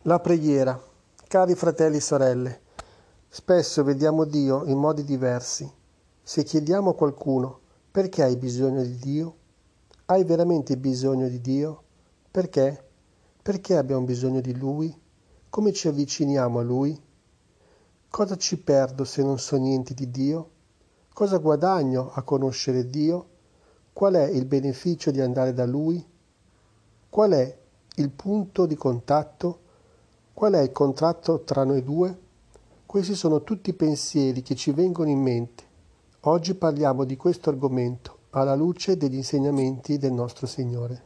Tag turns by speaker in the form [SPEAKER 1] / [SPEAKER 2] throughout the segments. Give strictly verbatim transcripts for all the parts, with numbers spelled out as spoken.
[SPEAKER 1] La preghiera. Cari fratelli e sorelle, spesso vediamo Dio in modi diversi. Se chiediamo a qualcuno perché hai bisogno di Dio, hai veramente bisogno di Dio? Perché? Perché abbiamo bisogno di Lui? Come ci avviciniamo a Lui? Cosa ci perdo se non so niente di Dio? Cosa guadagno a conoscere Dio? Qual è il beneficio di andare da Lui? Qual è il punto di contatto? Qual è il contratto tra noi due? Questi sono tutti pensieri che ci vengono in mente. Oggi parliamo di questo argomento alla luce degli insegnamenti del nostro Signore.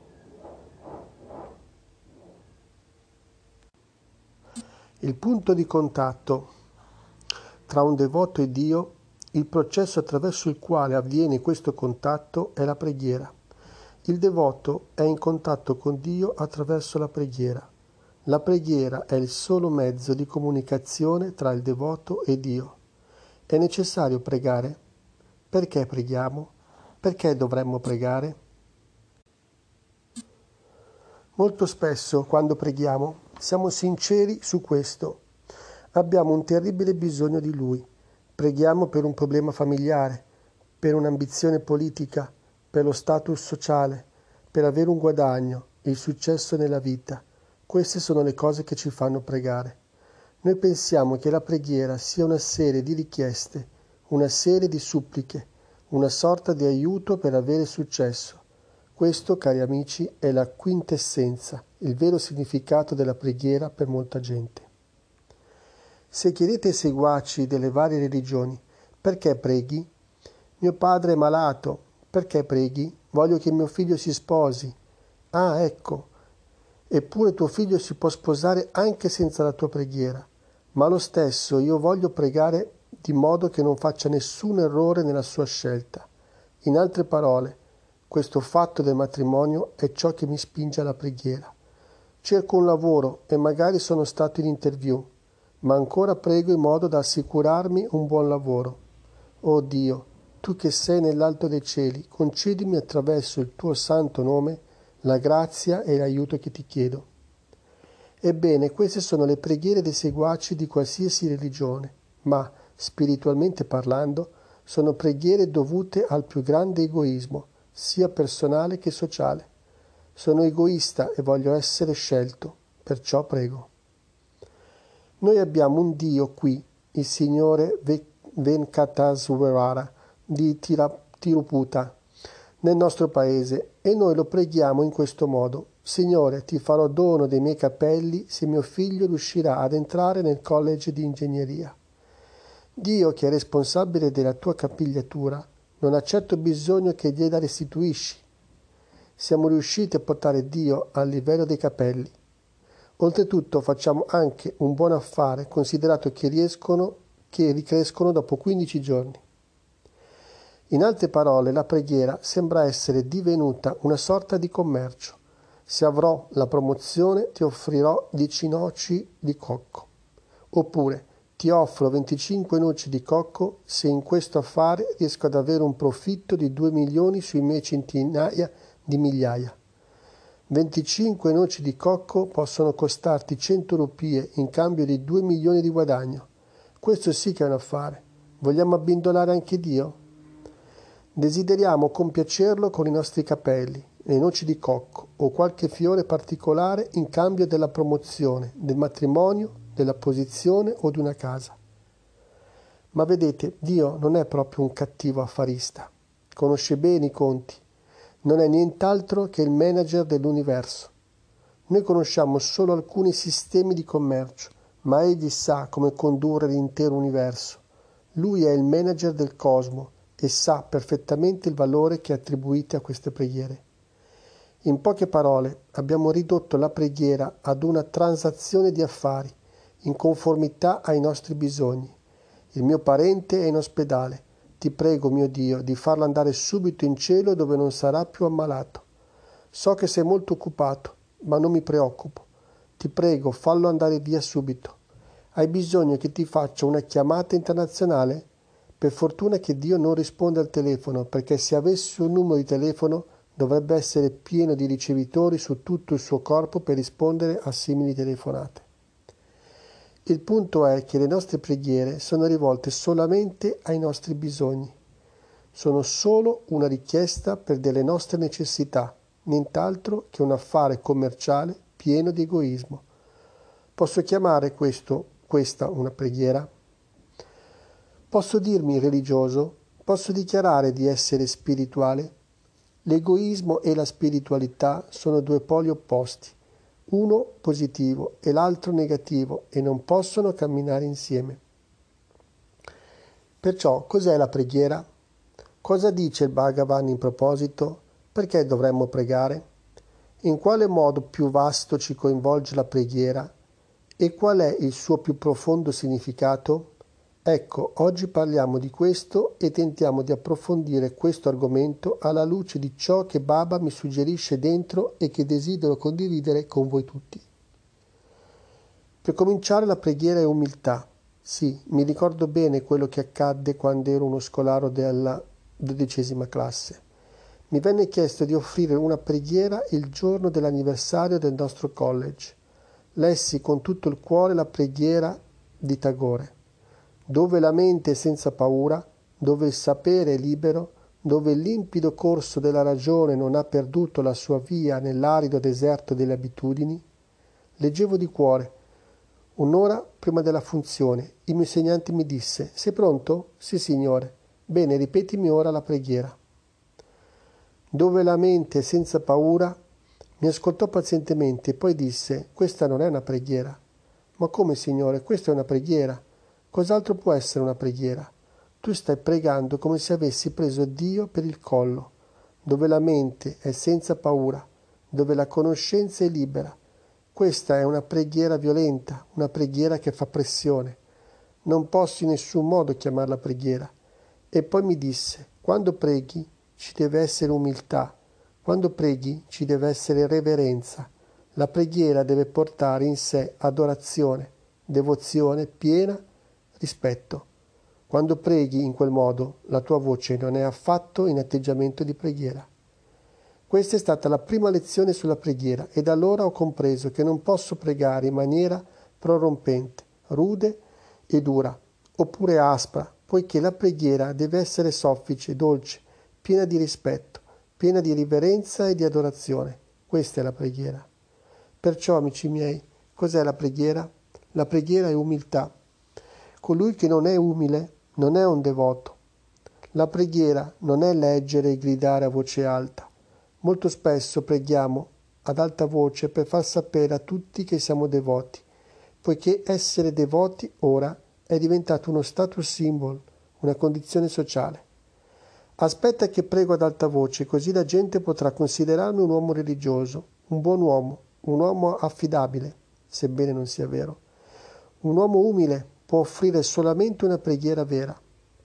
[SPEAKER 1] Il punto di contatto tra un devoto e Dio, il processo attraverso il quale avviene questo contatto è la preghiera. Il devoto è in contatto con Dio attraverso la preghiera. La preghiera è il solo mezzo di comunicazione tra il devoto e Dio. È necessario pregare? Perché preghiamo? Perché dovremmo pregare? Molto spesso, quando preghiamo, siamo sinceri su questo. Abbiamo un terribile bisogno di Lui. Preghiamo per un problema familiare, per un'ambizione politica, per lo status sociale, per avere un guadagno, il successo nella vita. Queste sono le cose che ci fanno pregare. Noi pensiamo che la preghiera sia una serie di richieste, una serie di suppliche, una sorta di aiuto per avere successo. Questo, cari amici, è la quintessenza, il vero significato della preghiera per molta gente. Se chiedete ai seguaci delle varie religioni, perché preghi? Mio padre è malato, perché preghi? Voglio che mio figlio si sposi. Ah, ecco. Eppure tuo figlio si può sposare anche senza la tua preghiera, ma lo stesso io voglio pregare di modo che non faccia nessun errore nella sua scelta. In altre parole, questo fatto del matrimonio è ciò che mi spinge alla preghiera. Cerco un lavoro e magari sono stato in interview, ma ancora prego in modo da assicurarmi un buon lavoro. Oh Dio, tu che sei nell'alto dei cieli, concedimi attraverso il tuo santo nome la grazia e l'aiuto che ti chiedo. Ebbene, queste sono le preghiere dei seguaci di qualsiasi religione, ma, spiritualmente parlando, sono preghiere dovute al più grande egoismo, sia personale che sociale. Sono egoista e voglio essere scelto, perciò prego. Noi abbiamo un Dio qui, il Signore Venkataswara di Tiruputa, nel nostro paese, e noi lo preghiamo in questo modo: Signore, ti farò dono dei miei capelli se mio figlio riuscirà ad entrare nel college di ingegneria. Dio, che è responsabile della tua capigliatura, non ha certo bisogno che gliela restituisci. Siamo riusciti a portare Dio al livello dei capelli. Oltretutto facciamo anche un buon affare, considerato che riescono, che ricrescono dopo quindici giorni. In altre parole, la preghiera sembra essere divenuta una sorta di commercio. Se avrò la promozione, ti offrirò dieci noci di cocco. Oppure, ti offro venticinque noci di cocco se in questo affare riesco ad avere un profitto di due milioni sui miei centinaia di migliaia. venticinque noci di cocco possono costarti cento rupie in cambio di due milioni di guadagno. Questo sì che è un affare. Vogliamo abbindolare anche Dio? Desideriamo compiacerlo con i nostri capelli, le noci di cocco o qualche fiore particolare in cambio della promozione, del matrimonio, della posizione o di una casa. Ma vedete, Dio non è proprio un cattivo affarista. Conosce bene i conti. Non è nient'altro che il manager dell'universo. Noi conosciamo solo alcuni sistemi di commercio, ma egli sa come condurre l'intero universo. Lui è il manager del cosmo e sa perfettamente il valore che attribuite a queste preghiere. In poche parole, abbiamo ridotto la preghiera ad una transazione di affari, in conformità ai nostri bisogni. Il mio parente è in ospedale. Ti prego, mio Dio, di farlo andare subito in cielo dove non sarà più ammalato. So che sei molto occupato, ma non mi preoccupo. Ti prego, fallo andare via subito. Hai bisogno che ti faccia una chiamata internazionale? Per fortuna che Dio non risponde al telefono, perché se avessi un numero di telefono dovrebbe essere pieno di ricevitori su tutto il suo corpo per rispondere a simili telefonate. Il punto è che le nostre preghiere sono rivolte solamente ai nostri bisogni. Sono solo una richiesta per delle nostre necessità, nient'altro che un affare commerciale pieno di egoismo. Posso chiamare questo, questa una preghiera? Posso dirmi religioso? Posso dichiarare di essere spirituale? L'egoismo e la spiritualità sono due poli opposti, uno positivo e l'altro negativo, e non possono camminare insieme. Perciò, cos'è la preghiera? Cosa dice il Bhagavan in proposito? Perché dovremmo pregare? In quale modo più vasto ci coinvolge la preghiera? E qual è il suo più profondo significato? Ecco, oggi parliamo di questo e tentiamo di approfondire questo argomento alla luce di ciò che Baba mi suggerisce dentro e che desidero condividere con voi tutti. Per cominciare, la preghiera è umiltà. Sì, mi ricordo bene quello che accadde quando ero uno scolaro della dodicesima classe. Mi venne chiesto di offrire una preghiera il giorno dell'anniversario del nostro college. Lessi con tutto il cuore la preghiera di Tagore. Dove la mente è senza paura, dove il sapere è libero, dove il limpido corso della ragione non ha perduto la sua via nell'arido deserto delle abitudini, leggevo di cuore. Un'ora prima della funzione, il mio insegnante mi disse: «Sei pronto?» «Sì, signore». «Bene, ripetimi ora la preghiera». Dove la mente è senza paura, mi ascoltò pazientemente e poi disse: «Questa non è una preghiera». «Ma come, signore? Questa è una preghiera». Cos'altro può essere una preghiera? Tu stai pregando come se avessi preso Dio per il collo, dove la mente è senza paura, dove la conoscenza è libera. Questa è una preghiera violenta, una preghiera che fa pressione. Non posso in nessun modo chiamarla preghiera. E poi mi disse: quando preghi ci deve essere umiltà, quando preghi ci deve essere reverenza. La preghiera deve portare in sé adorazione, devozione piena, rispetto. Quando preghi in quel modo, la tua voce non è affatto in atteggiamento di preghiera. Questa è stata la prima lezione sulla preghiera e da allora ho compreso che non posso pregare in maniera prorompente, rude e dura, oppure aspra, poiché la preghiera deve essere soffice, dolce, piena di rispetto, piena di riverenza e di adorazione. Questa è la preghiera. Perciò, amici miei, cos'è la preghiera? La preghiera è umiltà. Colui che non è umile non è un devoto. La preghiera non è leggere e gridare a voce alta. Molto spesso preghiamo ad alta voce per far sapere a tutti che siamo devoti, poiché essere devoti ora è diventato uno status symbol, una condizione sociale. Aspetta che prego ad alta voce, così la gente potrà considerarmi un uomo religioso, un buon uomo, un uomo affidabile, sebbene non sia vero. Un uomo umile può offrire solamente una preghiera vera.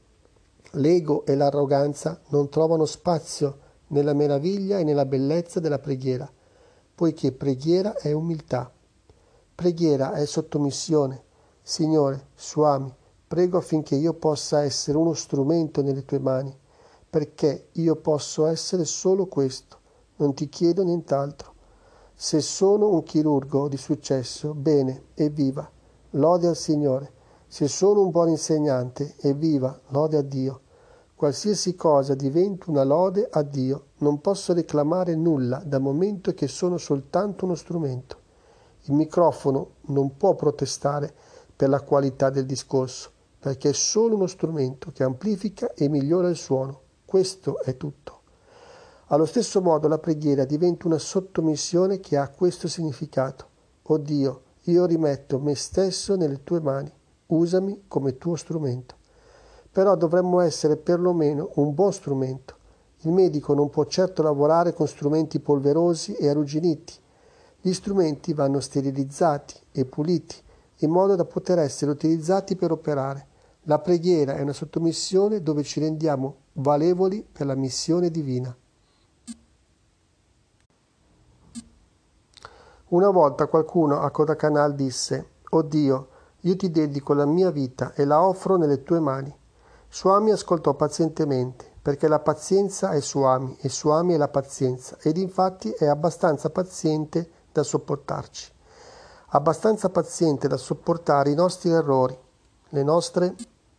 [SPEAKER 1] L'ego e l'arroganza non trovano spazio nella meraviglia e nella bellezza della preghiera, poiché preghiera è umiltà. Preghiera è sottomissione. Signore, Swami, prego affinché io possa essere uno strumento nelle tue mani, perché io posso essere solo questo, non ti chiedo nient'altro. Se sono un chirurgo di successo, bene, evviva, lode al Signore. Se sono un buon insegnante, evviva, lode a Dio. Qualsiasi cosa diventi una lode a Dio, non posso reclamare nulla dal momento che sono soltanto uno strumento. Il microfono non può protestare per la qualità del discorso, perché è solo uno strumento che amplifica e migliora il suono. Questo è tutto. Allo stesso modo la preghiera diventa una sottomissione che ha questo significato. O Dio, io rimetto me stesso nelle tue mani, usami come tuo strumento. Però dovremmo essere perlomeno un buon strumento. Il medico non può certo lavorare con strumenti polverosi e arrugginiti. Gli strumenti vanno sterilizzati e puliti, in modo da poter essere utilizzati per operare. La preghiera è una sottomissione dove ci rendiamo valevoli per la missione divina. Una volta qualcuno a Kodaikanal disse: «O Dio, io ti dedico la mia vita e la offro nelle tue mani». Swami ascoltò pazientemente, perché la pazienza è suami e suami è la pazienza, ed infatti è abbastanza paziente da sopportarci, abbastanza paziente da sopportare i nostri errori, le nostre,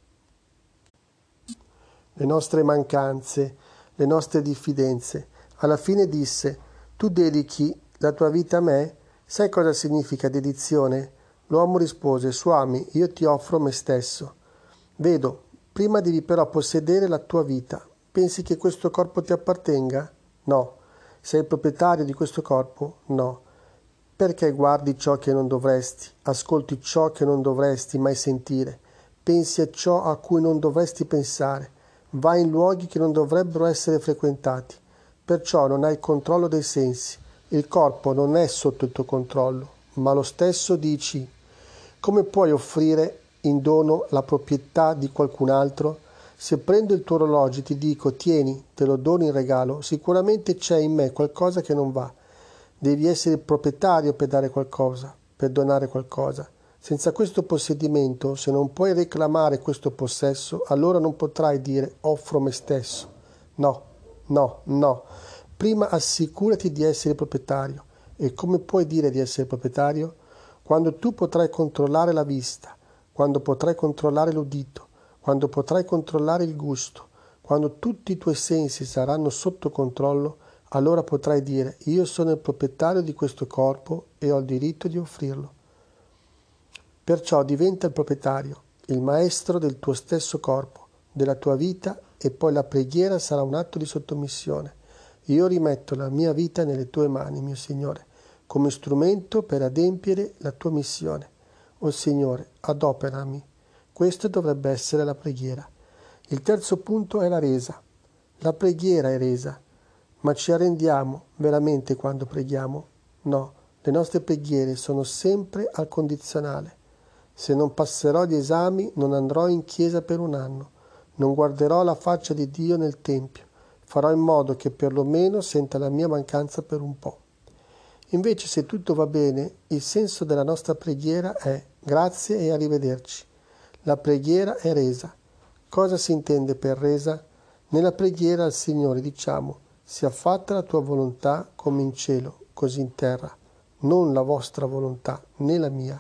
[SPEAKER 1] le nostre mancanze, le nostre diffidenze. Alla fine disse: tu dedichi la tua vita a me? Sai cosa significa dedizione? L'uomo rispose: Swami, io ti offro me stesso. Vedo, prima devi però possedere la tua vita. Pensi che questo corpo ti appartenga? No. Sei il proprietario di questo corpo? No. Perché guardi ciò che non dovresti, ascolti ciò che non dovresti mai sentire, pensi a ciò a cui non dovresti pensare, vai in luoghi che non dovrebbero essere frequentati, perciò non hai il controllo dei sensi, il corpo non è sotto il tuo controllo, ma lo stesso dici: come puoi offrire in dono la proprietà di qualcun altro? Se prendo il tuo orologio e ti dico: tieni, te lo dono in regalo, sicuramente c'è in me qualcosa che non va. Devi essere il proprietario per dare qualcosa, per donare qualcosa. Senza questo possedimento, se non puoi reclamare questo possesso, allora non potrai dire offro me stesso. No, no, no. Prima assicurati di essere proprietario. E come puoi dire di essere proprietario? Quando tu potrai controllare la vista, quando potrai controllare l'udito, quando potrai controllare il gusto, quando tutti i tuoi sensi saranno sotto controllo, allora potrai dire: io sono il proprietario di questo corpo e ho il diritto di offrirlo. Perciò diventa il proprietario, il maestro del tuo stesso corpo, della tua vita, e poi la preghiera sarà un atto di sottomissione. Io rimetto la mia vita nelle tue mani, mio Signore, come strumento per adempiere la tua missione. O Signore, adoperami. Questa dovrebbe essere la preghiera. Il terzo punto è la resa. La preghiera è resa. Ma ci arrendiamo veramente quando preghiamo? No, le nostre preghiere sono sempre al condizionale. Se non passerò gli esami, non andrò in chiesa per un anno, non guarderò la faccia di Dio nel Tempio, farò in modo che perlomeno senta la mia mancanza per un po'. Invece, se tutto va bene, il senso della nostra preghiera è grazie e arrivederci. La preghiera è resa. Cosa si intende per resa? Nella preghiera al Signore diciamo: sia fatta la tua volontà come in cielo, così in terra, non la vostra volontà, né la mia.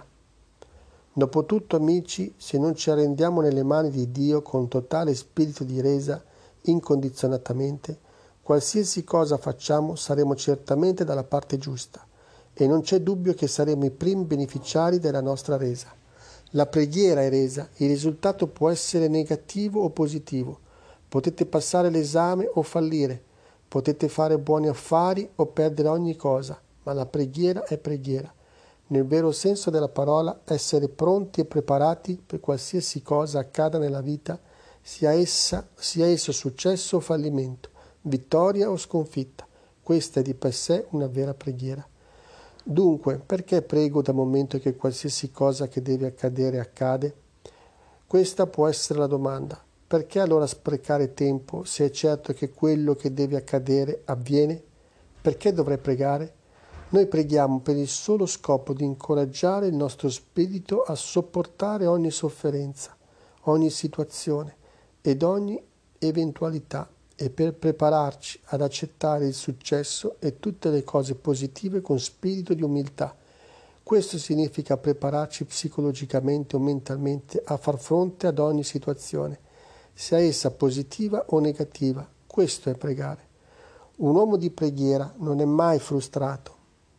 [SPEAKER 1] Dopotutto, amici, se non ci arrendiamo nelle mani di Dio con totale spirito di resa, incondizionatamente, qualsiasi cosa facciamo saremo certamente dalla parte giusta, e non c'è dubbio che saremo i primi beneficiari della nostra resa. La preghiera è resa, il risultato può essere negativo o positivo, potete passare l'esame o fallire, potete fare buoni affari o perdere ogni cosa, ma la preghiera è preghiera. Nel vero senso della parola, essere pronti e preparati per qualsiasi cosa accada nella vita, sia essa, sia esso successo o fallimento, vittoria o sconfitta. Questa è di per sé una vera preghiera. Dunque, perché prego dal momento che qualsiasi cosa che deve accadere accade? Questa può essere la domanda. Perché allora sprecare tempo se è certo che quello che deve accadere avviene? Perché dovrei pregare? Noi preghiamo per il solo scopo di incoraggiare il nostro spirito a sopportare ogni sofferenza, ogni situazione ed ogni eventualità, e per prepararci ad accettare il successo e tutte le cose positive con spirito di umiltà. Questo significa prepararci psicologicamente o mentalmente a far fronte ad ogni situazione, sia essa positiva o negativa. Questo è pregare. Un uomo di preghiera non è mai frustrato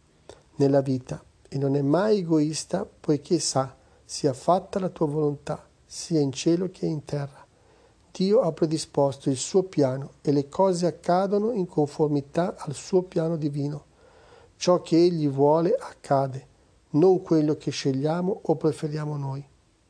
[SPEAKER 1] nella vita e non è mai egoista, poiché sa: sia fatta la tua volontà, sia in cielo che in terra. Dio ha predisposto il suo piano e le cose accadono in conformità al suo piano divino. Ciò che Egli vuole accade, non quello che scegliamo o preferiamo noi.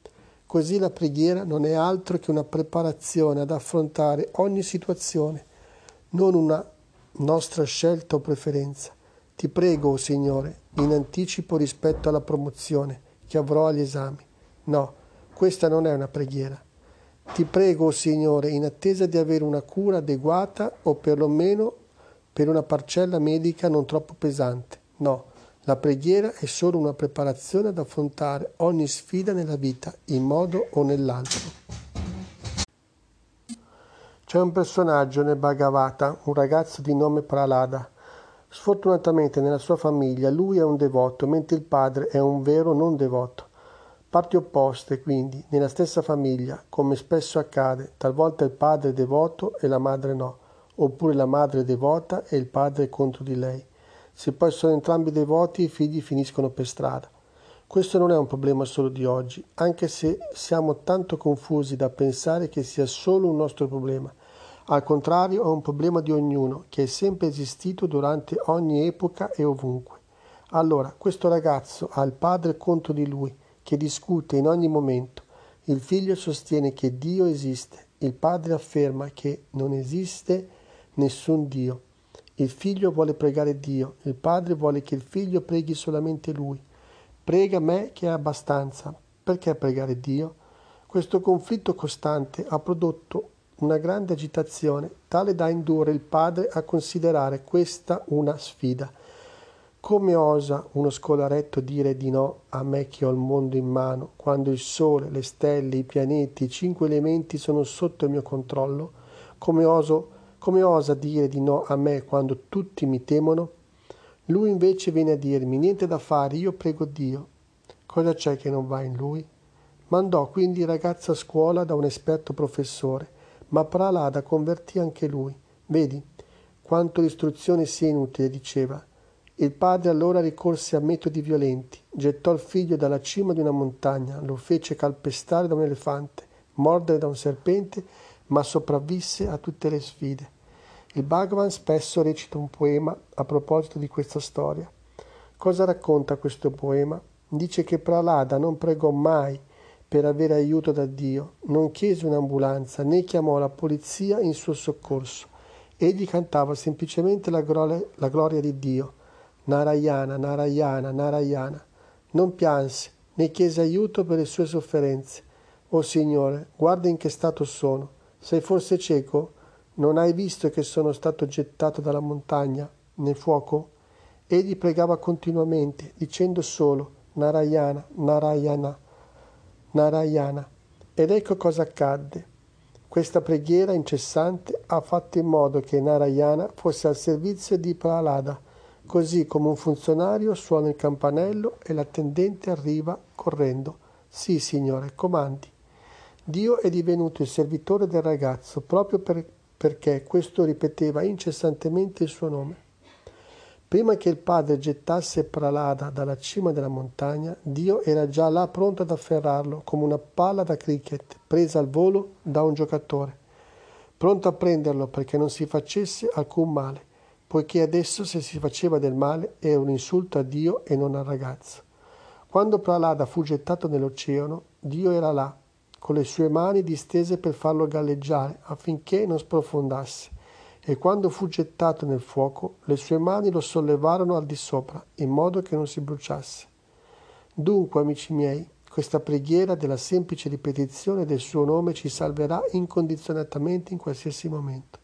[SPEAKER 1] Così la preghiera non è altro che una preparazione ad affrontare ogni situazione, non una nostra scelta o preferenza. Ti prego, o Signore, in anticipo rispetto alla promozione che avrò agli esami. No, questa non è una preghiera. Ti prego, o Signore, in attesa di avere una cura adeguata o perlomeno per una parcella medica non troppo pesante. No, la preghiera è solo una preparazione ad affrontare ogni sfida nella vita, in modo o nell'altro. C'è un personaggio nel Bhagavata, un ragazzo di nome Prahlada. Sfortunatamente nella sua famiglia lui è un devoto, mentre il padre è un vero non devoto. Parti opposte, quindi, nella stessa famiglia, come spesso accade, talvolta il padre è devoto e la madre no, oppure la madre è devota e il padre è contro di lei. Se poi sono entrambi devoti, i figli finiscono per strada. Questo non è un problema solo di oggi, anche se siamo tanto confusi da pensare che sia solo un nostro problema. Al contrario, è un problema di ognuno, che è sempre esistito durante ogni epoca e ovunque. Allora, questo ragazzo ha il padre contro di lui, che discute in ogni momento. Il figlio sostiene che Dio esiste, il padre afferma che non esiste nessun Dio. Il figlio vuole pregare Dio, il padre vuole che il figlio preghi solamente lui. Prega me che è abbastanza. Perché pregare Dio? Questo conflitto costante ha prodotto una grande agitazione, tale da indurre il padre a considerare questa una sfida. Come osa uno scolaretto dire di no a me che ho il mondo in mano, quando il sole, le stelle, i pianeti, i cinque elementi sono sotto il mio controllo? Come oso, come osa dire di no a me quando tutti mi temono? Lui invece viene a dirmi: niente da fare, io prego Dio. Cosa c'è che non va in lui? Mandò quindi il ragazzo a scuola da un esperto professore, ma Prahlada convertì anche lui. Vedi quanto l'istruzione sia inutile, diceva. Il padre allora ricorse a metodi violenti, gettò il figlio dalla cima di una montagna, lo fece calpestare da un elefante, mordere da un serpente, ma sopravvisse a tutte le sfide. Il Bhagavan spesso recita un poema a proposito di questa storia. Cosa racconta questo poema? Dice che Prahlada non pregò mai per avere aiuto da Dio, non chiese un'ambulanza né chiamò la polizia in suo soccorso. Egli cantava semplicemente la gloria, la gloria di Dio. Narayana, Narayana, Narayana. Non pianse né chiese aiuto per le sue sofferenze. O Signore, guarda in che stato sono. Sei forse cieco? Non hai visto che sono stato gettato dalla montagna nel fuoco? Egli pregava continuamente, dicendo solo Narayana, Narayana, Narayana. Ed ecco cosa accadde. Questa preghiera incessante ha fatto in modo che Narayana fosse al servizio di Prahlada, così come un funzionario suona il campanello e l'attendente arriva correndo. Sì, signore, comandi. Dio è divenuto il servitore del ragazzo proprio per, perché questo ripeteva incessantemente il suo nome. Prima che il padre gettasse Prahlada dalla cima della montagna, Dio era già là pronto ad afferrarlo come una palla da cricket presa al volo da un giocatore, pronto a prenderlo perché non si facesse alcun male, poiché adesso se si faceva del male era un insulto a Dio e non al ragazzo. Quando Prahlada fu gettato nell'oceano, Dio era là, con le sue mani distese per farlo galleggiare affinché non sprofondasse. E quando fu gettato nel fuoco, le sue mani lo sollevarono al di sopra, in modo che non si bruciasse. Dunque, amici miei, questa preghiera della semplice ripetizione del suo nome ci salverà incondizionatamente in qualsiasi momento.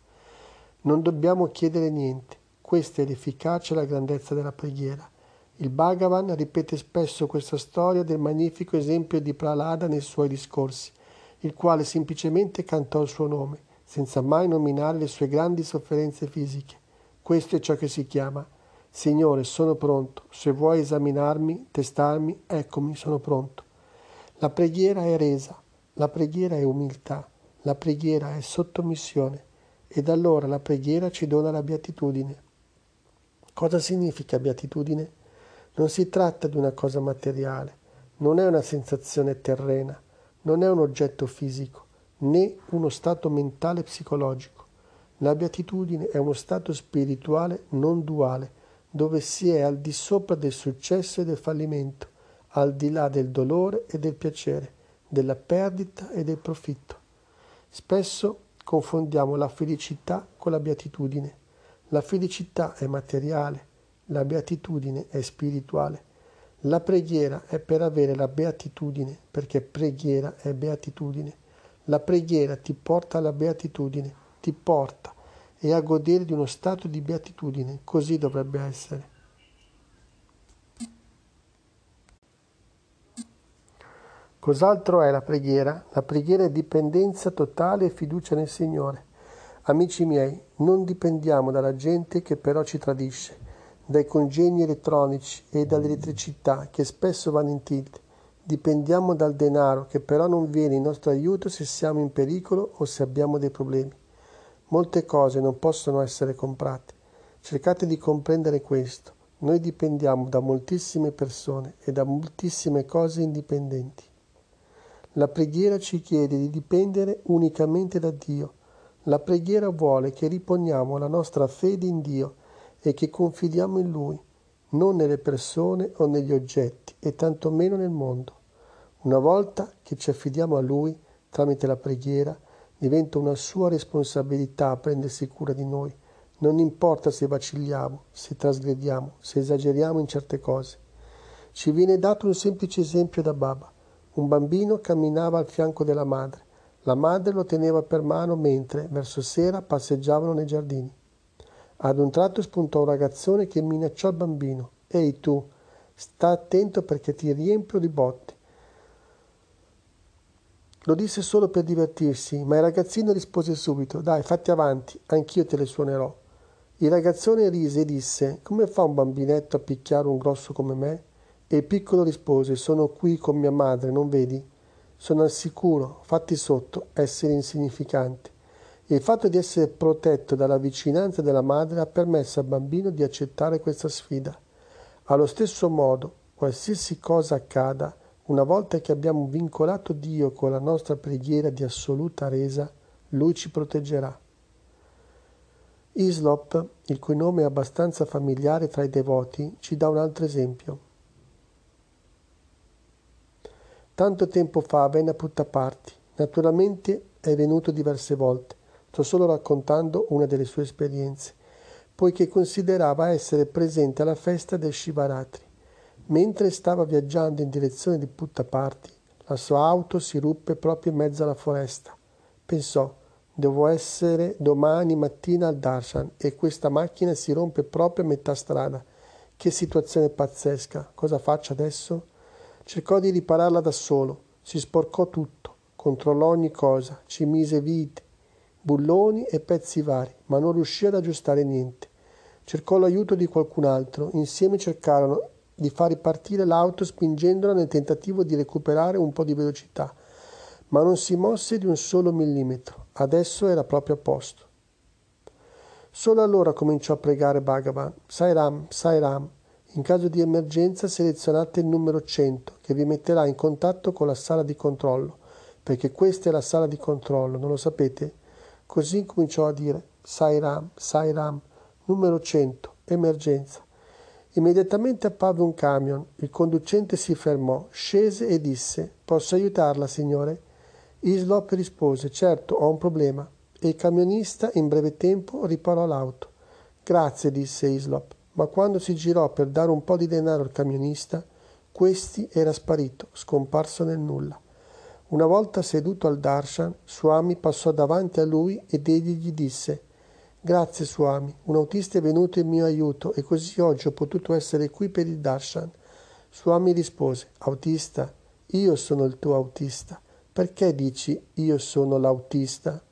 [SPEAKER 1] Non dobbiamo chiedere niente. Questa è l'efficacia e la grandezza della preghiera. Il Bhagavan ripete spesso questa storia del magnifico esempio di Prahlada nei suoi discorsi, il quale semplicemente cantò il suo nome, senza mai nominare le sue grandi sofferenze fisiche. Questo è ciò che si chiama: Signore, sono pronto, se vuoi esaminarmi, testarmi, eccomi, sono pronto. La preghiera è resa, la preghiera è umiltà, la preghiera è sottomissione, ed allora la preghiera ci dona la beatitudine. Cosa significa beatitudine? Non si tratta di una cosa materiale, non è una sensazione terrena, non è un oggetto fisico, né uno stato mentale psicologico. La beatitudine è uno stato spirituale non duale, dove si è al di sopra del successo e del fallimento, al di là del dolore e del piacere, della perdita e del profitto. Spesso confondiamo la felicità con la beatitudine. La felicità è materiale, la beatitudine è spirituale. La preghiera è per avere la beatitudine, perché preghiera è beatitudine. La preghiera ti porta alla beatitudine, ti porta e a godere di uno stato di beatitudine. Così dovrebbe essere. Cos'altro è la preghiera? La preghiera è dipendenza totale e fiducia nel Signore. Amici miei, non dipendiamo dalla gente che però ci tradisce, dai congegni elettronici e dall'elettricità che spesso vanno in tilt. Dipendiamo dal denaro che però non viene in nostro aiuto se siamo in pericolo o se abbiamo dei problemi. Molte cose non possono essere comprate. Cercate di comprendere questo. Noi dipendiamo da moltissime persone e da moltissime cose indipendenti. La preghiera ci chiede di dipendere unicamente da Dio. La preghiera vuole che riponiamo la nostra fede in Dio e che confidiamo in Lui, non nelle persone o negli oggetti e tantomeno nel mondo. Una volta che ci affidiamo a Lui tramite la preghiera, diventa una sua responsabilità prendersi cura di noi. Non importa se vacilliamo, se trasgrediamo, se esageriamo in certe cose. Ci viene dato un semplice esempio da Baba. Un bambino camminava al fianco della madre. La madre lo teneva per mano mentre, verso sera, passeggiavano nei giardini. Ad un tratto spuntò un ragazzone che minacciò il bambino. «Ehi tu, sta attento perché ti riempio di botte». Lo disse solo per divertirsi, ma il ragazzino rispose subito: «Dai, fatti avanti, anch'io te le suonerò». Il ragazzone rise e disse: «Come fa un bambinetto a picchiare un grosso come me?» E il piccolo rispose: «Sono qui con mia madre, non vedi? Sono al sicuro, fatti sotto, essere insignificante». Il fatto di essere protetto dalla vicinanza della madre ha permesso al bambino di accettare questa sfida. Allo stesso modo, qualsiasi cosa accada, una volta che abbiamo vincolato Dio con la nostra preghiera di assoluta resa, Lui ci proteggerà. Hislop, il cui nome è abbastanza familiare tra i devoti, ci dà un altro esempio. Tanto tempo fa venne a Puttaparthi. Naturalmente è venuto diverse volte. Sto solo raccontando una delle sue esperienze, poiché considerava essere presente alla festa del Shivaratri. Mentre stava viaggiando in direzione di Puttaparthi, la sua auto si ruppe proprio in mezzo alla foresta. Pensò: devo essere domani mattina al darshan e questa macchina si rompe proprio a metà strada. Che situazione pazzesca! Cosa faccio adesso? Cercò di ripararla da solo, si sporcò tutto, controllò ogni cosa, ci mise vite, bulloni e pezzi vari, ma non riuscì ad aggiustare niente. Cercò l'aiuto di qualcun altro, insieme cercarono di far ripartire l'auto spingendola nel tentativo di recuperare un po' di velocità, ma non si mosse di un solo millimetro. Adesso era proprio a posto. Solo allora cominciò a pregare Bhagavan: Sai Ram, Sai Ram, in caso di emergenza selezionate il numero cento che vi metterà in contatto con la sala di controllo, perché questa è la sala di controllo, non lo sapete? Così cominciò a dire: Sai Ram, Sai Ram, numero cento, emergenza. Immediatamente apparve un camion, il conducente si fermò, scese e disse: Posso aiutarla, signore? Hislop rispose: Certo, ho un problema. E il camionista in breve tempo riparò l'auto. Grazie, disse Hislop, ma quando si girò per dare un po' di denaro al camionista, questi era sparito, scomparso nel nulla. Una volta seduto al darshan, Swami passò davanti a lui ed egli gli disse: Grazie Swami, un autista è venuto in mio aiuto e così oggi ho potuto essere qui per il darshan. Swami rispose: Autista, io sono il tuo autista. Perché dici io sono l'autista?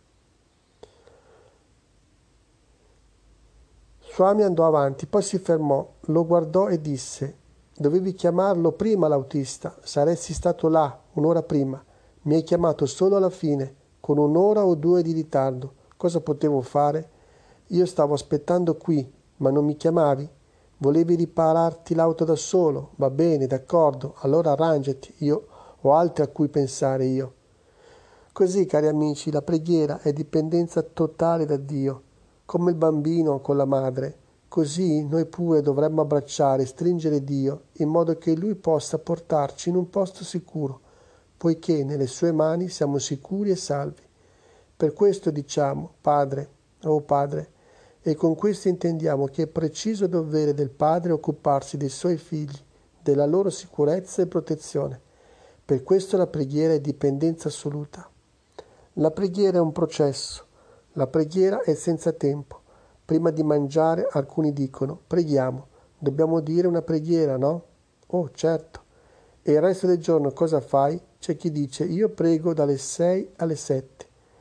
[SPEAKER 1] Swami andò avanti, poi si fermò, lo guardò e disse: Dovevi chiamarlo prima l'autista, saresti stato là un'ora prima. Mi hai chiamato solo alla fine, con un'ora o due di ritardo. Cosa potevo fare? Io stavo aspettando qui, ma non mi chiamavi? Volevi ripararti l'auto da solo? Va bene, d'accordo, allora arrangiati, io ho altri a cui pensare io. Così, cari amici, la preghiera è dipendenza totale da Dio, come il bambino con la madre. Così noi pure dovremmo abbracciare e stringere Dio in modo che Lui possa portarci in un posto sicuro, poiché nelle sue mani siamo sicuri e salvi. Per questo diciamo: Padre, oh Padre, e con questo intendiamo che è preciso dovere del Padre occuparsi dei suoi figli, della loro sicurezza e protezione. Per questo la preghiera è dipendenza assoluta. La preghiera è un processo, la preghiera è senza tempo. Prima di mangiare alcuni dicono: preghiamo, dobbiamo dire una preghiera, no? Oh, certo. E il resto del giorno cosa fai? C'è chi dice: io prego dalle sei alle sette.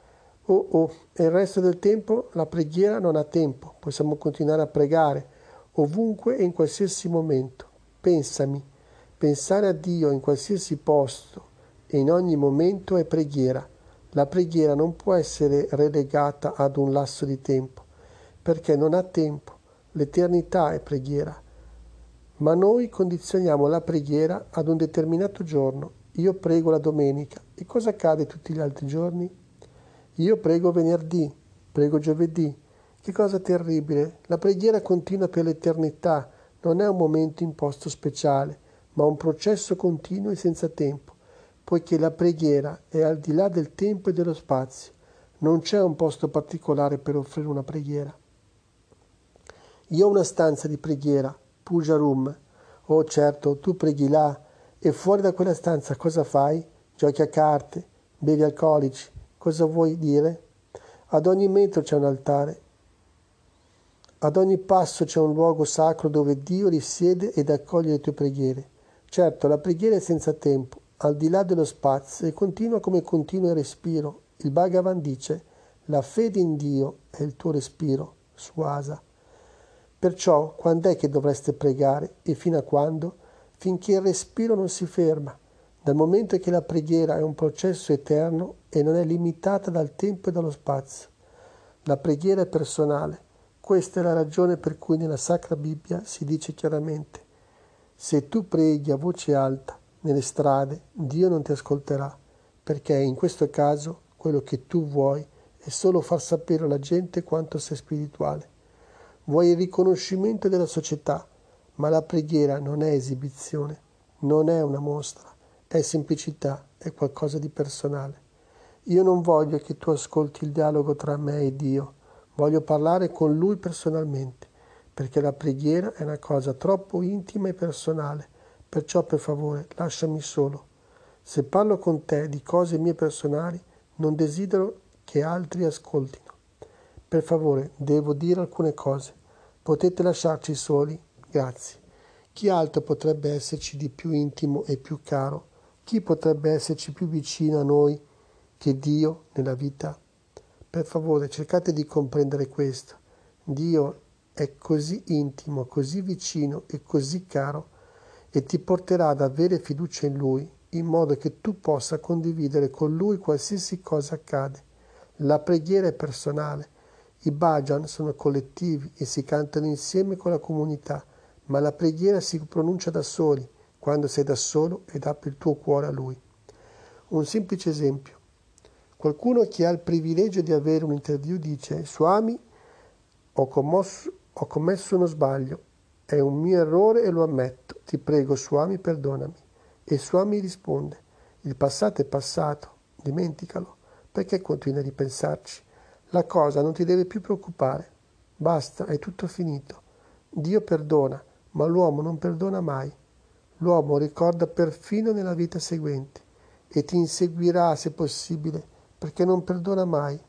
[SPEAKER 1] Oh oh, e il resto del tempo la preghiera non ha tempo, possiamo continuare a pregare ovunque e in qualsiasi momento. Pensami, pensare a Dio in qualsiasi posto e in ogni momento è preghiera. La preghiera non può essere relegata ad un lasso di tempo, perché non ha tempo, l'eternità è preghiera. Ma noi condizioniamo la preghiera ad un determinato giorno. Io prego la domenica, e cosa accade tutti gli altri giorni? Io prego venerdì, prego giovedì. Che cosa terribile! La preghiera continua per l'eternità, non è un momento imposto speciale, ma un processo continuo e senza tempo, poiché la preghiera è al di là del tempo e dello spazio. Non c'è un posto particolare per offrire una preghiera. Io ho una stanza di preghiera, Puja Room. Oh certo, tu preghi là, e fuori da quella stanza cosa fai? Giochi a carte, bevi alcolici. Cosa vuoi dire? Ad ogni metro c'è un altare. Ad ogni passo c'è un luogo sacro dove Dio risiede ed accoglie le tue preghiere. Certo, la preghiera è senza tempo, al di là dello spazio, e continua come continua il respiro. Il Bhagavan dice, la fede in Dio è il tuo respiro, Suasa. Perciò, quando è che dovreste pregare e fino a quando? Finché il respiro non si ferma. Dal momento che la preghiera è un processo eterno e non è limitata dal tempo e dallo spazio. La preghiera è personale. Questa è la ragione per cui nella Sacra Bibbia si dice chiaramente: se tu preghi a voce alta nelle strade, Dio non ti ascolterà, perché in questo caso quello che tu vuoi è solo far sapere alla gente quanto sei spirituale. Vuoi il riconoscimento della società, ma la preghiera non è esibizione, non è una mostra. È semplicità, è qualcosa di personale. Io non voglio che tu ascolti il dialogo tra me e Dio, voglio parlare con Lui personalmente, perché la preghiera è una cosa troppo intima e personale, perciò per favore lasciami solo. Se parlo con te di cose mie personali, non desidero che altri ascoltino. Per favore, devo dire alcune cose. Potete lasciarci soli? Grazie. Chi altro potrebbe esserci di più intimo e più caro? Chi potrebbe esserci più vicino a noi che Dio nella vita? Per favore, cercate di comprendere questo. Dio è così intimo, così vicino e così caro, e ti porterà ad avere fiducia in Lui, in modo che tu possa condividere con Lui qualsiasi cosa accade. La preghiera è personale. I bhajan sono collettivi e si cantano insieme con la comunità, ma la preghiera si pronuncia da soli, quando sei da solo ed apri il tuo cuore a Lui. Un semplice esempio. Qualcuno che ha il privilegio di avere un interview dice: Swami, ho commesso, ho commesso uno sbaglio, è un mio errore e lo ammetto, ti prego Swami perdonami. E Swami risponde: il passato è passato, dimenticalo, perché continui a ripensarci? La cosa non ti deve più preoccupare, basta, è tutto finito. Dio perdona, ma l'uomo non perdona mai. L'uomo ricorda perfino nella vita seguente e ti inseguirà se possibile, perché non perdona mai.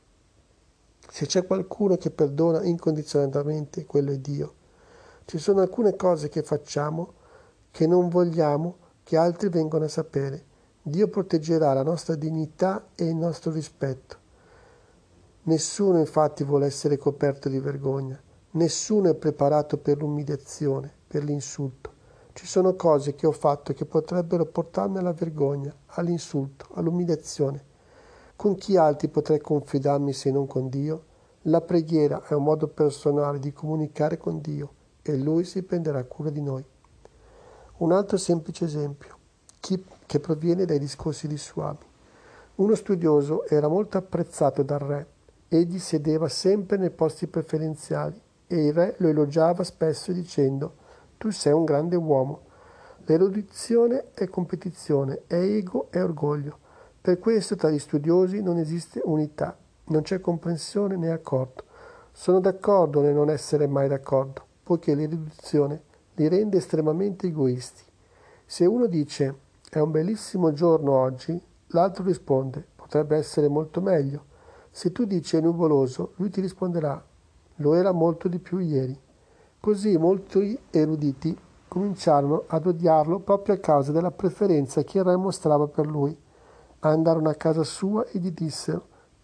[SPEAKER 1] Se c'è qualcuno che perdona incondizionatamente, quello è Dio. Ci sono alcune cose che facciamo che non vogliamo che altri vengano a sapere. Dio proteggerà la nostra dignità e il nostro rispetto. Nessuno infatti vuole essere coperto di vergogna. Nessuno è preparato per l'umiliazione, per l'insulto. Ci sono cose che ho fatto che potrebbero portarmi alla vergogna, all'insulto, all'umiliazione. Con chi altri potrei confidarmi se non con Dio? La preghiera è un modo personale di comunicare con Dio e Lui si prenderà cura di noi. Un altro semplice esempio, che proviene dai discorsi di Swami. Uno studioso era molto apprezzato dal re. Egli sedeva sempre nei posti preferenziali e il re lo elogiava spesso dicendo: tu sei un grande uomo. L'erudizione è competizione, è ego, è orgoglio. Per questo tra gli studiosi non esiste unità, non c'è comprensione né accordo. Sono d'accordo nel non essere mai d'accordo, poiché l'erudizione li rende estremamente egoisti. Se uno dice è un bellissimo giorno oggi, l'altro risponde potrebbe essere molto meglio. Se tu dici è nuvoloso, lui ti risponderà lo era molto di più ieri. Così molti eruditi cominciarono ad odiarlo proprio a causa della preferenza che il re mostrava per lui. Andarono a casa sua e gli dissero: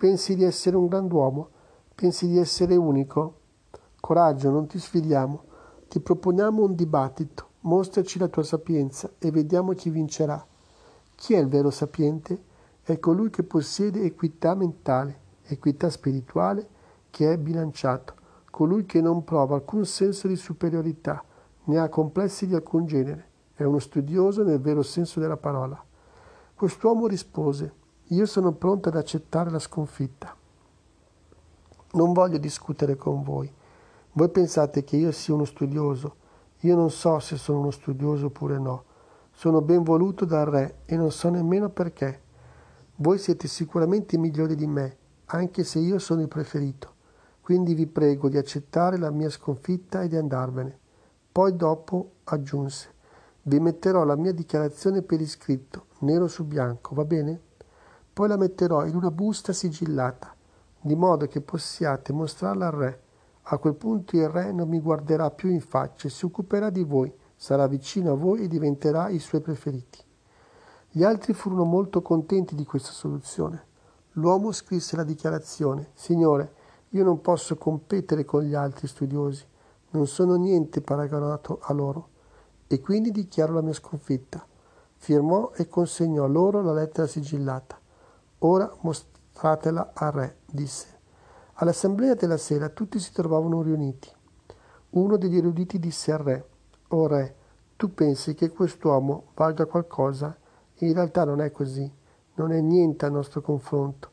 [SPEAKER 1] Pensi di essere un grand'uomo? Pensi di essere unico? Coraggio, non ti sfidiamo. Ti proponiamo un dibattito. Mostraci la tua sapienza e vediamo chi vincerà. Chi è il vero sapiente? È colui che possiede equità mentale, equità spirituale, che è bilanciato, colui che non prova alcun senso di superiorità, né ha complessi di alcun genere. È uno studioso nel vero senso della parola. Quest'uomo rispose: io sono pronto ad accettare la sconfitta. Non voglio discutere con voi. Voi pensate che io sia uno studioso. Io non so se sono uno studioso oppure no. Sono ben voluto dal re e non so nemmeno perché. Voi siete sicuramente migliori di me, anche se io sono il preferito. Quindi vi prego di accettare la mia sconfitta e di andarvene. Poi dopo aggiunse: vi metterò la mia dichiarazione per iscritto, nero su bianco, va bene? Poi la metterò in una busta sigillata, di modo che possiate mostrarla al re. A quel punto il re non mi guarderà più in faccia e si occuperà di voi, sarà vicino a voi e diventerà i suoi preferiti. Gli altri furono molto contenti di questa soluzione. L'uomo scrisse la dichiarazione: Signore, io non posso competere con gli altri studiosi, non sono niente paragonato a loro, e quindi dichiaro la mia sconfitta. Firmò e consegnò loro la lettera sigillata. Ora mostratela al re, disse. All'assemblea della sera tutti si trovavano riuniti. Uno degli eruditi disse al re: O re, tu pensi che quest'uomo valga qualcosa? In realtà non è così, non è niente a nostro confronto.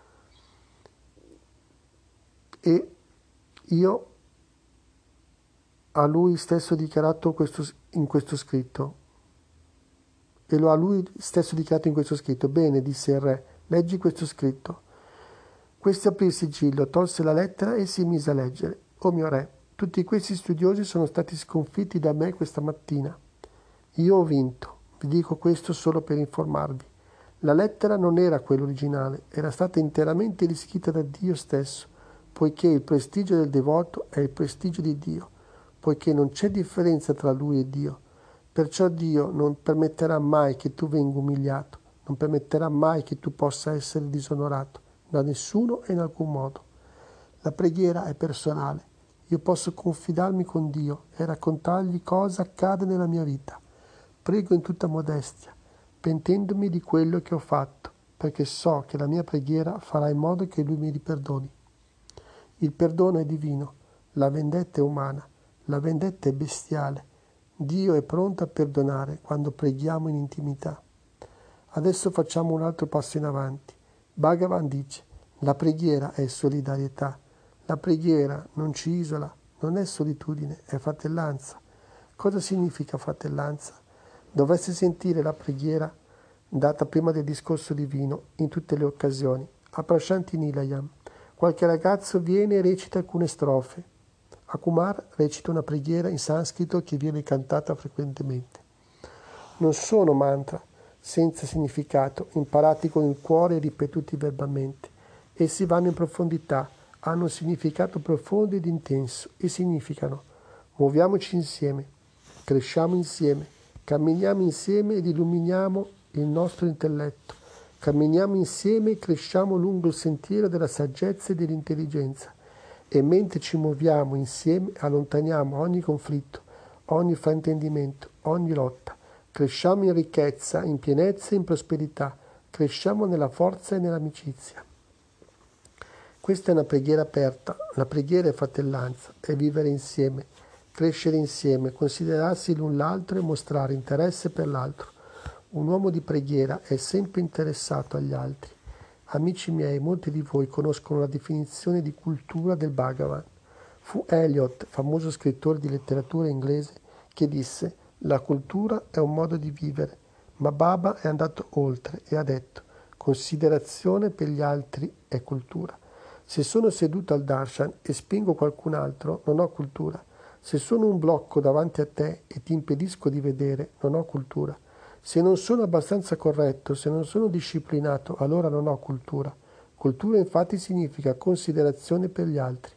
[SPEAKER 1] E io a lui stesso dichiarato questo, in questo scritto. E lo ha lui stesso dichiarato in questo scritto. Bene, disse il re, leggi questo scritto. Questi aprì il sigillo, tolse la lettera e si mise a leggere. O mio re, tutti questi studiosi sono stati sconfitti da me questa mattina. Io ho vinto, vi dico questo solo per informarvi. La lettera non era quella originale, era stata interamente riscritta da Dio stesso, poiché il prestigio del devoto è il prestigio di Dio, poiché non c'è differenza tra lui e Dio. Perciò Dio non permetterà mai che tu venga umiliato, non permetterà mai che tu possa essere disonorato, da nessuno e in alcun modo. La preghiera è personale. Io posso confidarmi con Dio e raccontargli cosa accade nella mia vita. Prego in tutta modestia, pentendomi di quello che ho fatto, perché so che la mia preghiera farà in modo che Lui mi riperdoni. Il perdono è divino, la vendetta è umana, la vendetta è bestiale. Dio è pronto a perdonare quando preghiamo in intimità. Adesso facciamo un altro passo in avanti. Bhagavan dice: la preghiera è solidarietà. La preghiera non ci isola, non è solitudine, è fratellanza. Cosa significa fratellanza? Dovreste sentire la preghiera data prima del discorso divino in tutte le occasioni. A Prashanti Nilayam qualche ragazzo viene e recita alcune strofe. A Kumar recita una preghiera in sanscrito che viene cantata frequentemente. Non sono mantra senza significato, imparati con il cuore e ripetuti verbalmente. Essi vanno in profondità, hanno un significato profondo ed intenso e significano: muoviamoci insieme, cresciamo insieme, camminiamo insieme ed illuminiamo il nostro intelletto, camminiamo insieme e cresciamo lungo il sentiero della saggezza e dell'intelligenza, e mentre ci muoviamo insieme allontaniamo ogni conflitto, ogni fraintendimento, ogni lotta. Cresciamo in ricchezza, in pienezza e in prosperità, cresciamo nella forza e nell'amicizia. Questa è una preghiera aperta, la preghiera è fratellanza, è vivere insieme, crescere insieme, considerarsi l'un l'altro e mostrare interesse per l'altro. Un uomo di preghiera è sempre interessato agli altri. Amici miei, molti di voi conoscono la definizione di cultura del Bhagavan. Fu Eliot, famoso scrittore di letteratura inglese, che disse: la cultura è un modo di vivere, ma Baba è andato oltre e ha detto: considerazione per gli altri è cultura. Se sono seduto al darshan e spingo qualcun altro, non ho cultura. Se sono un blocco davanti a te e ti impedisco di vedere, non ho cultura. Se non sono abbastanza corretto, se non sono disciplinato, allora non ho cultura. Cultura infatti significa considerazione per gli altri.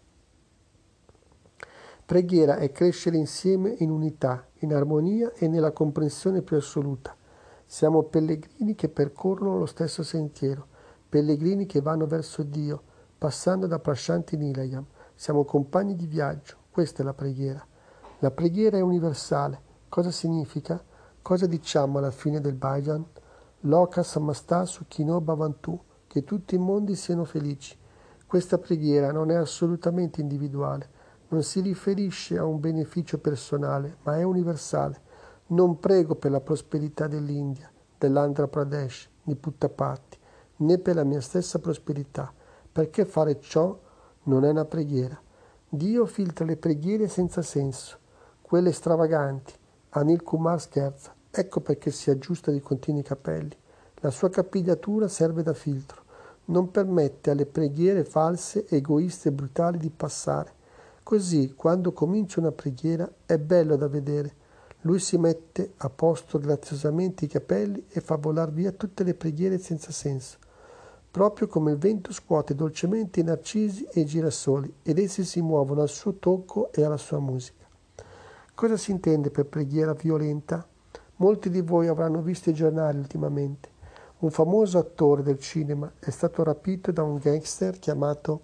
[SPEAKER 1] Preghiera è crescere insieme in unità, in armonia e nella comprensione più assoluta. Siamo pellegrini che percorrono lo stesso sentiero. pellegrini che vanno verso Dio, passando da Prashanti Nilayam. Siamo compagni di viaggio, questa è la preghiera. La preghiera è universale. Cosa significa? Cosa diciamo alla fine del bhajan? Loka samasta sukhino bhavantu, che tutti i mondi siano felici. Questa preghiera non è assolutamente individuale, non si riferisce a un beneficio personale, ma è universale. Non prego per la prosperità dell'India, dell'Andhra Pradesh, di Puttapatti, né per la mia stessa prosperità, perché fare ciò non è una preghiera. Dio filtra le preghiere senza senso, quelle stravaganti. Anil Kumar scherza, ecco perché si aggiusta di continui i capelli. La sua capigliatura serve da filtro, non permette alle preghiere false, egoiste e brutali di passare. Così, quando comincia una preghiera, è bello da vedere. Lui si mette a posto graziosamente i capelli e fa volar via tutte le preghiere senza senso, proprio come il vento scuote dolcemente i narcisi e i girasoli, ed essi si muovono al suo tocco e alla sua musica. Cosa si intende per preghiera violenta? Molti di voi avranno visto i giornali ultimamente. Un famoso attore del cinema è stato rapito da un gangster chiamato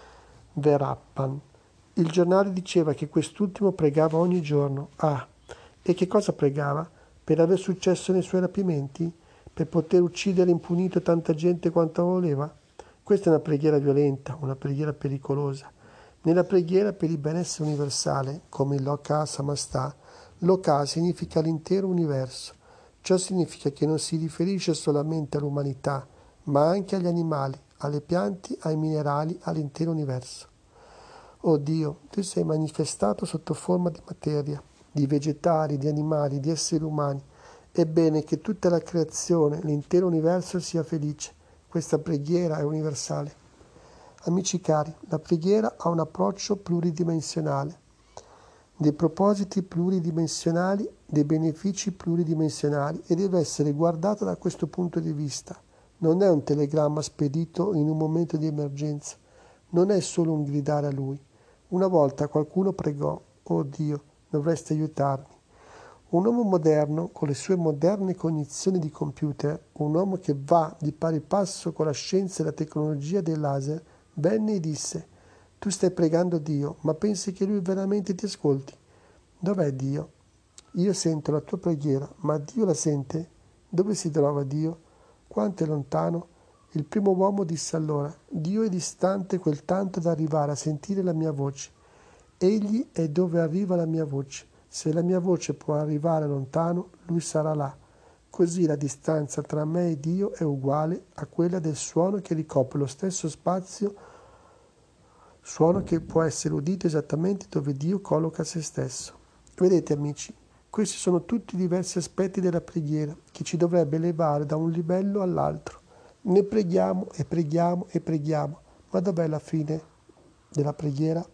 [SPEAKER 1] Verappan. Il giornale diceva che quest'ultimo pregava ogni giorno. Ah, e che cosa pregava? Per aver successo nei suoi rapimenti? Per poter uccidere impunito tanta gente quanto voleva? Questa è una preghiera violenta, una preghiera pericolosa. Nella preghiera per il benessere universale, come il Loka Samasta, Loka significa l'intero universo. Ciò significa che non si riferisce solamente all'umanità, ma anche agli animali, alle piante, ai minerali, all'intero universo. Oh Dio, tu sei manifestato sotto forma di materia, di vegetali, di animali, di esseri umani. È bene che tutta la creazione, l'intero universo sia felice. Questa preghiera è universale. Amici cari, la preghiera ha un approccio pluridimensionale, dei propositi pluridimensionali, dei benefici pluridimensionali e deve essere guardata da questo punto di vista. Non è un telegramma spedito in un momento di emergenza, non è solo un gridare a Lui. Una volta qualcuno pregò, oh Dio, dovresti aiutarmi. Un uomo moderno, con le sue moderne cognizioni di computer, un uomo che va di pari passo con la scienza e la tecnologia dei laser, venne e disse, tu stai pregando Dio, ma pensi che Lui veramente ti ascolti? Dov'è Dio? Io sento la tua preghiera, ma Dio la sente? Dove si trova Dio? Quanto è lontano? Il primo uomo disse allora, Dio è distante quel tanto da arrivare a sentire la mia voce. Egli è dove arriva la mia voce. Se la mia voce può arrivare lontano, Lui sarà là. Così la distanza tra me e Dio è uguale a quella del suono che ricopre lo stesso spazio, suono che può essere udito esattamente dove Dio colloca se stesso. Vedete amici, questi sono tutti diversi aspetti della preghiera che ci dovrebbe elevare da un livello all'altro. Ne preghiamo e preghiamo e preghiamo, ma dov'è la fine della preghiera?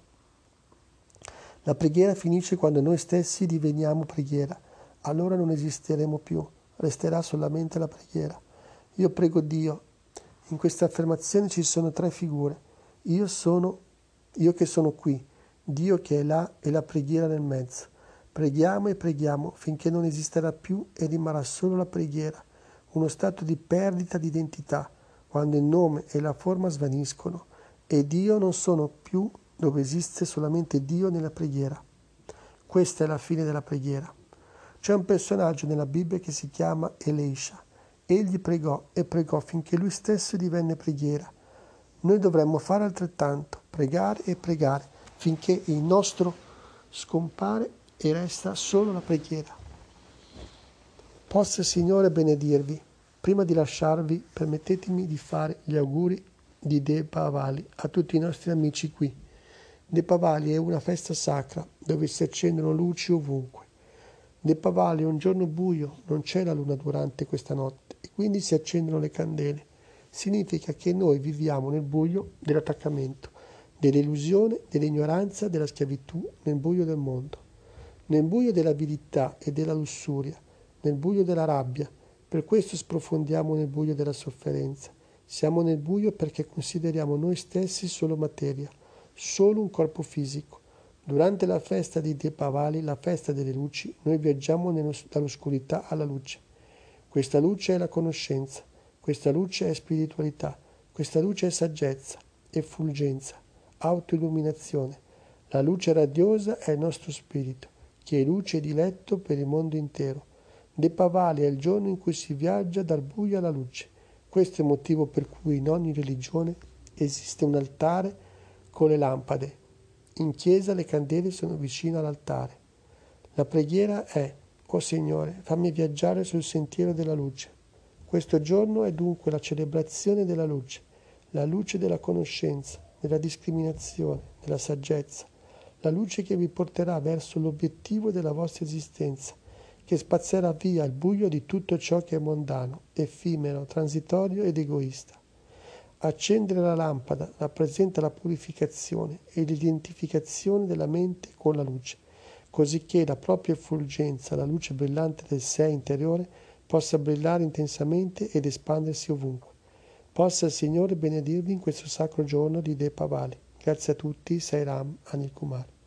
[SPEAKER 1] La preghiera finisce quando noi stessi diveniamo preghiera, allora non esisteremo più, resterà solamente la preghiera. Io prego Dio. In questa affermazione ci sono tre figure. Io sono, io che sono qui, Dio che è là e la preghiera nel mezzo. Preghiamo e preghiamo finché non esisterà più e rimarrà solo la preghiera, uno stato di perdita di identità, quando il nome e la forma svaniscono e Dio non sono più dove esiste solamente Dio nella preghiera. Questa è la fine della preghiera. C'è un personaggio nella Bibbia che si chiama Elisha. Egli pregò e pregò finché lui stesso divenne preghiera. Noi dovremmo fare altrettanto, pregare e pregare, finché il nostro scompare e resta solo la preghiera. Possa il Signore benedirvi. Prima di lasciarvi, permettetemi di fare gli auguri di Deepavali a tutti i nostri amici qui. Deepavali è una festa sacra dove si accendono luci ovunque. Deepavali è un giorno buio, non c'è la luna durante questa notte e quindi si accendono le candele. Significa che noi viviamo nel buio dell'attaccamento, dell'illusione, dell'ignoranza, della schiavitù, nel buio del mondo, nel buio dell'avidità e della lussuria, nel buio della rabbia. Per questo sprofondiamo nel buio della sofferenza. Siamo nel buio perché consideriamo noi stessi solo materia, solo un corpo fisico. Durante la festa di Deepavali, la festa delle luci, noi viaggiamo nello, dall'oscurità alla luce. Questa luce è la conoscenza, questa luce è spiritualità, Questa luce è saggezza, effulgenza, autoilluminazione. La luce radiosa è il nostro spirito, che è luce e diletto per il mondo intero. De Pavali è il giorno in cui si viaggia dal buio alla luce. Questo è il motivo per cui in ogni religione esiste un altare con le lampade. In chiesa le candele sono vicino all'altare. La preghiera è: «O Signore, fammi viaggiare sul sentiero della luce». Questo giorno è dunque la celebrazione della luce, la luce della conoscenza, della discriminazione, della saggezza, la luce che vi porterà verso l'obiettivo della vostra esistenza, che spazzerà via il buio di tutto ciò che è mondano, effimero, transitorio ed egoista. Accendere la lampada rappresenta la purificazione e l'identificazione della mente con la luce, cosicché la propria effulgenza, la luce brillante del sé interiore, possa brillare intensamente ed espandersi ovunque. Possa il Signore benedirvi in questo sacro giorno di De Pavali. Grazie a tutti, Sai Ram, Anil Kumar.